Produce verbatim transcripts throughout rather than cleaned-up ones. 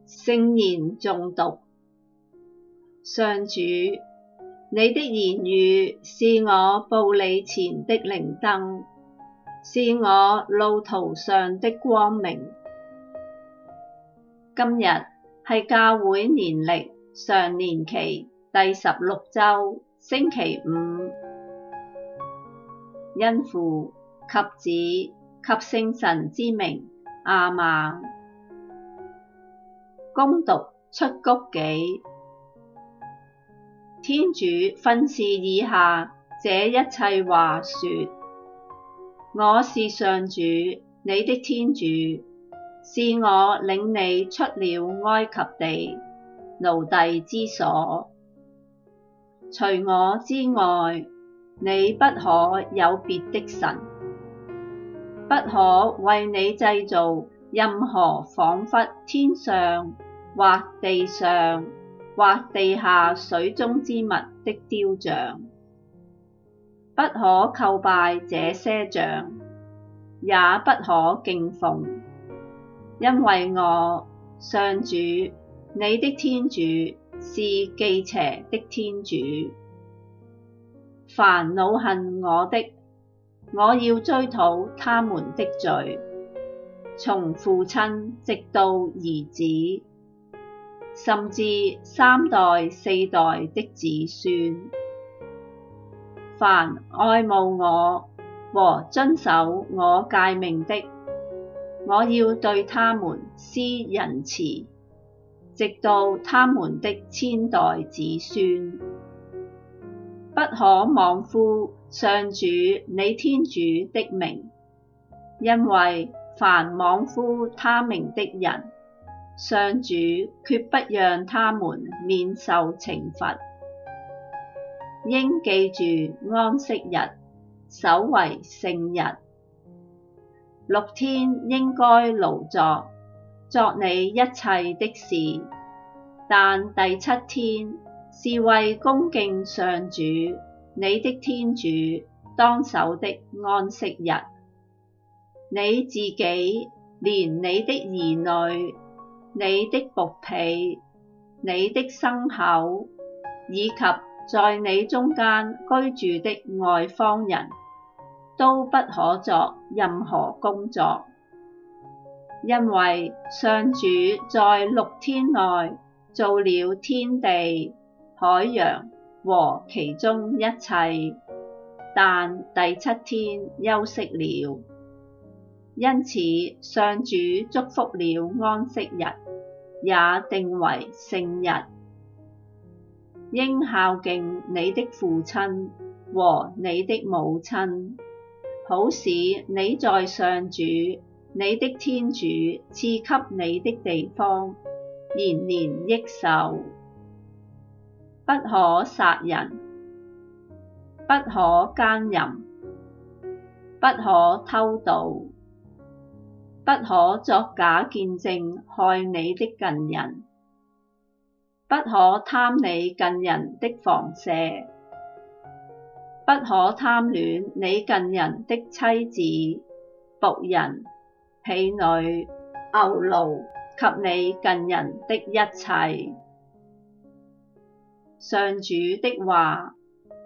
聖言誦讀。上主，你的言語是我步履前的靈燈，是我路途上的光明。今日係教會年曆常年期第十六週星期五，因父及子及聖神之名，阿們。恭讀出谷紀。天主訓示以下這一切話說：我是上主，你的天主，是我領你出了埃及地，奴隸之所。除我之外，你不可有別的神，不可為你製造任何仿佛天上或地上或地下水中之物的雕像，不可叩拜這些像，也不可敬奉，因為我，上主，你的天主，是忌邪的天主。凡惱恨我的，我要追討他們的罪，從父親直到兒子，甚至三代四代的子孫。凡愛慕我和遵守我誡命的，我要對他們施仁慈，直到他們的千代子孫。不可妄呼上主你天主的名，因為凡妄呼他名的人，上主決不讓他們免受懲罰。應記住安息日，守為聖日。六天應該勞作，作你一切的事，但第七天是為恭敬上主你的天主當守的安息日。你自己連你的兒女、你的僕婢、你的牲口，以及在你中間居住的外方人，都不可作任何工作，因為上主在六天內造了天地、海洋和其中一切，但第七天休息了。因此，上主祝福了安息日，也定為聖日。應孝敬你的父親和你的母親，好使你在上主你的天主賜給你的地方延年益壽。不可殺人，不可姦淫，不可偷盜，不可作假見證害你的近人，不可貪你近人的房舍，不可貪戀你近人的妻子、僕人、婢女、牛驢及你近人的一切。上主的話。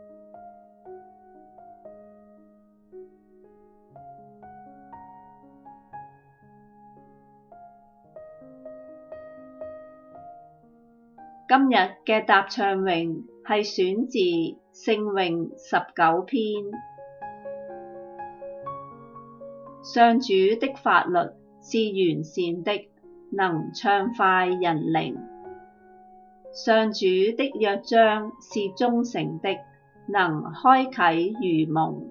今日嘅答唱詠係選自聖詠十九篇。上主的法律是完善的，能暢快人靈。上主的約章是忠誠的，能開啟愚蒙。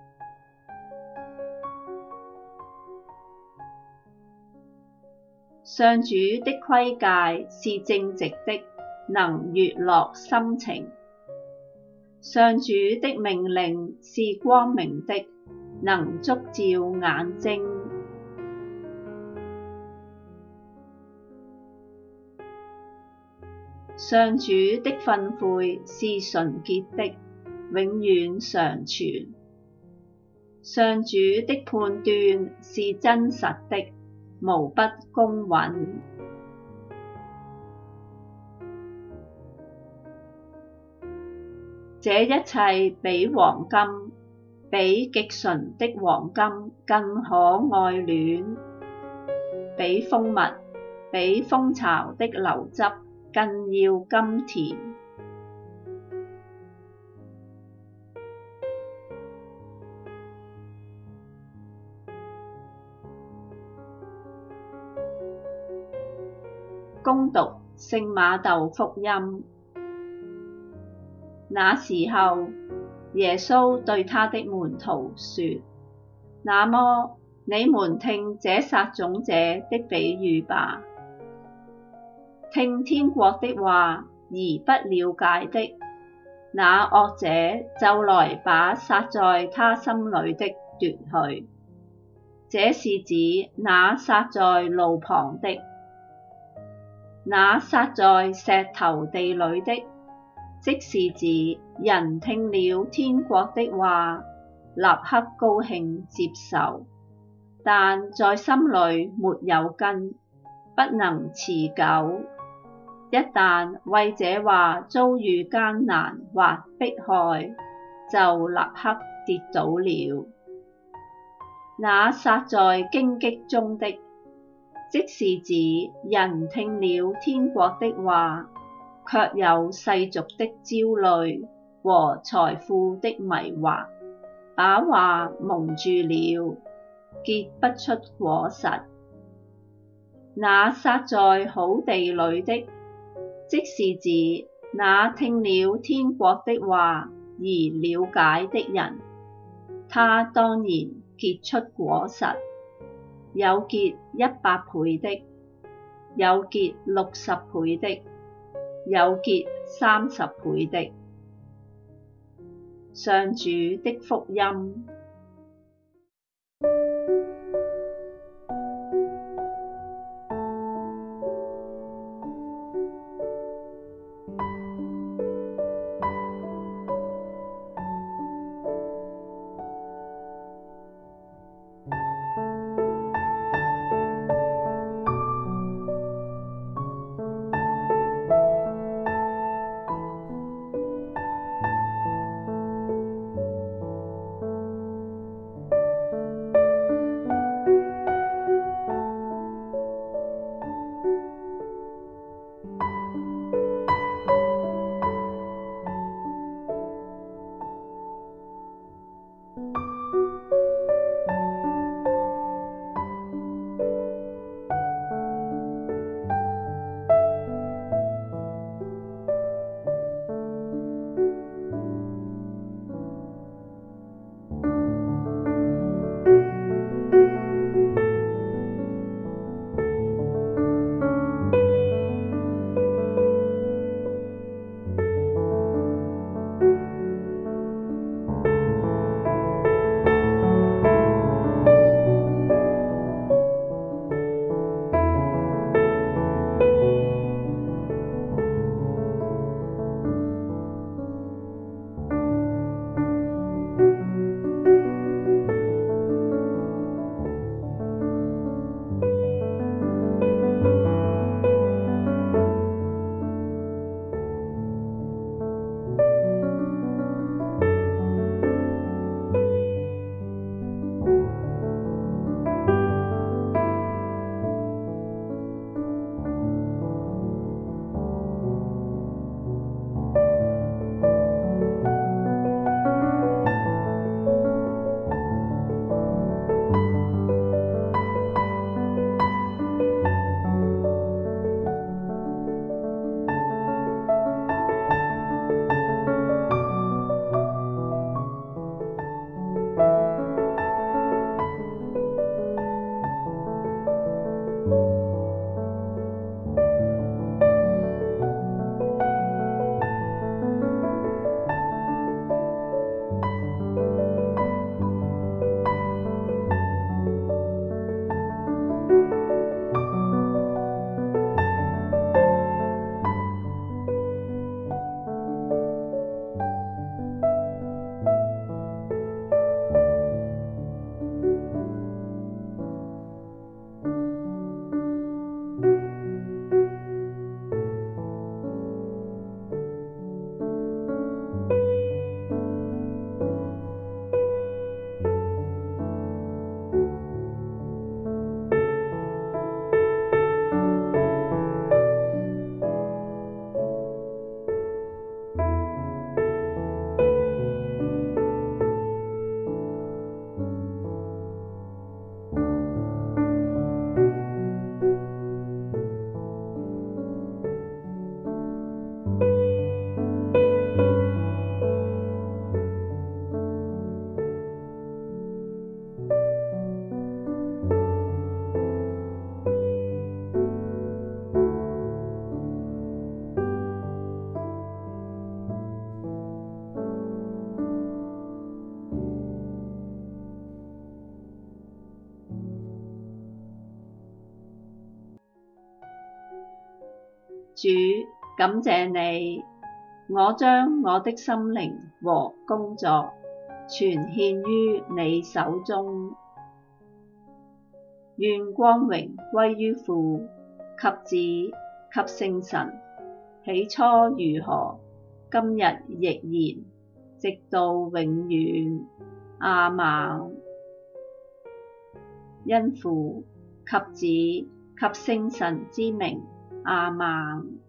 上主的規誡是正直的，能悅樂心情。上主的命令是光明的，能燭照眼睛。上主的訓誨是純潔的，永遠常存。上主的判斷是真實的，無不公允。 這一切比黃金，比極純的黃金更可愛戀，比蜂蜜，比蜂巢的流汁更要甘甜。恭讀聖瑪竇福音。那時候，耶穌對他的門徒說：那麼，你們聽這撒種者的比喻吧。聽天國的話而不了解的，那惡者就來把撒在他心裡的奪去。這是指那撒在路旁的。那撒在石頭地裡的，即是指人聽了天國的話，立刻高興接受，但在心裡沒有根，不能持久。一旦為這話遭遇艱難或迫害，就立刻跌倒了。那撒在荊棘中的，即是指人聽了天國的話，卻有世俗的焦慮和財富的迷惑，把話蒙住了，結不出果實。那撒在好地裡的，即是指那聽了天國的話而了解的人，他當然結出果實。有結一百倍的，有結六十倍的，有結三十倍的。上主的福音。 主，感謝你，我將我的心靈和工作全獻於你手中。願光榮歸於父及子及聖神，起初如何，今日亦然，直到永遠。阿們。因父及子及聖神之名。阿們。